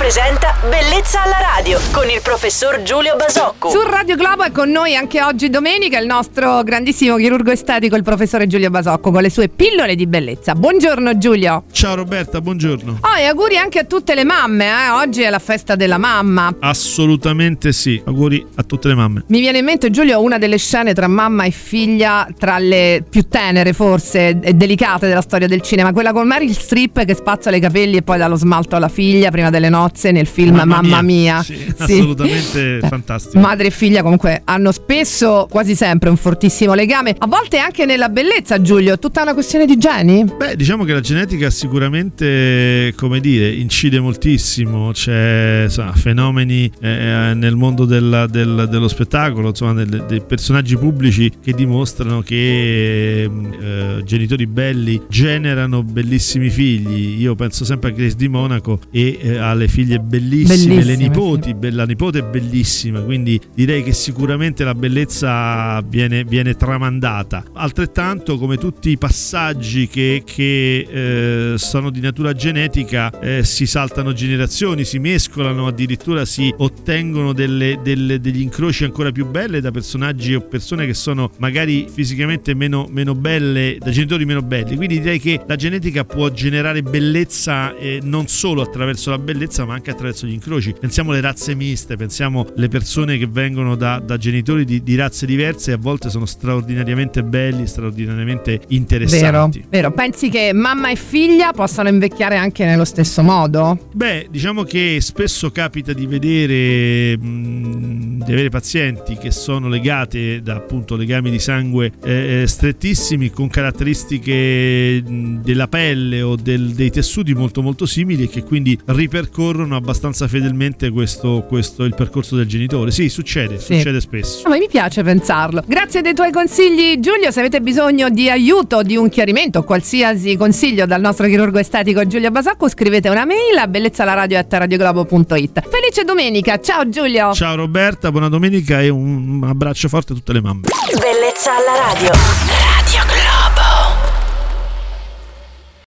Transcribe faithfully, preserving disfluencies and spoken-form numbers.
presenta Bellezza alla radio con il professor Giulio Basocco. Su Radio Globo è con noi anche oggi domenica il nostro grandissimo chirurgo estetico, il professore Giulio Basocco, con le sue pillole di bellezza. Buongiorno Giulio. Ciao Roberta, buongiorno. Oh, e auguri anche a tutte le mamme, eh? Oggi è la festa della mamma. Assolutamente sì, auguri a tutte le mamme. Mi viene in mente, Giulio, una delle scene tra mamma e figlia, tra le più tenere forse e delicate della storia del cinema, quella con Meryl Streep che spazzola i capelli e poi dà lo smalto alla figlia prima delle nozze nel film Mamma, Mamma Mia, mia. Sì, sì. Assolutamente fantastico. Madre e figlia comunque hanno spesso, quasi sempre, un fortissimo legame, a volte anche nella bellezza. Giulio, è tutta una questione di geni? Beh, diciamo che la genetica sicuramente, come dire, incide moltissimo. C'è insomma, fenomeni eh, nel mondo della, del, dello spettacolo, insomma del, dei personaggi pubblici che dimostrano che eh, genitori belli generano bellissimi figli. Io penso sempre a Grace di Monaco e eh, alle figlie bellissime, bellissime, le nipoti, sì. La nipote è bellissima, quindi direi che sicuramente la bellezza viene, viene tramandata. Altrettanto come tutti i passaggi che, che eh, sono di natura genetica, eh, si saltano generazioni, si mescolano, addirittura si ottengono delle, delle, degli incroci ancora più belle da personaggi o persone che sono magari fisicamente meno, meno belle, da genitori meno belli. Quindi direi che la genetica può generare bellezza eh, non solo attraverso la bellezza ma anche attraverso gli incroci. Pensiamo alle razze miste, pensiamo alle persone che vengono da, da genitori di, di razze diverse e a volte sono straordinariamente belli, straordinariamente interessanti. Vero, vero. Pensi che mamma e figlia possano invecchiare anche nello stesso modo? Beh, diciamo che spesso capita di vedere mh, di avere pazienti che sono legate da appunto legami di sangue eh, strettissimi con caratteristiche mh, della pelle o del, dei tessuti molto molto simili e che quindi ripercorrono abbastanza fedelmente questo, questo il percorso del genitore. Sì, succede, sì. succede spesso. Ma mi piace pensarlo. Grazie dei tuoi consigli, Giulio. Se avete bisogno di aiuto, di un chiarimento, qualsiasi consiglio dal nostro chirurgo estetico Giulio Basocco, scrivete una mail a bellezzalaradio chiocciola radioglobo punto it. Felice domenica, ciao Giulio. Ciao Roberta, buona domenica e un abbraccio forte a tutte le mamme. Bellezza alla radio. Radio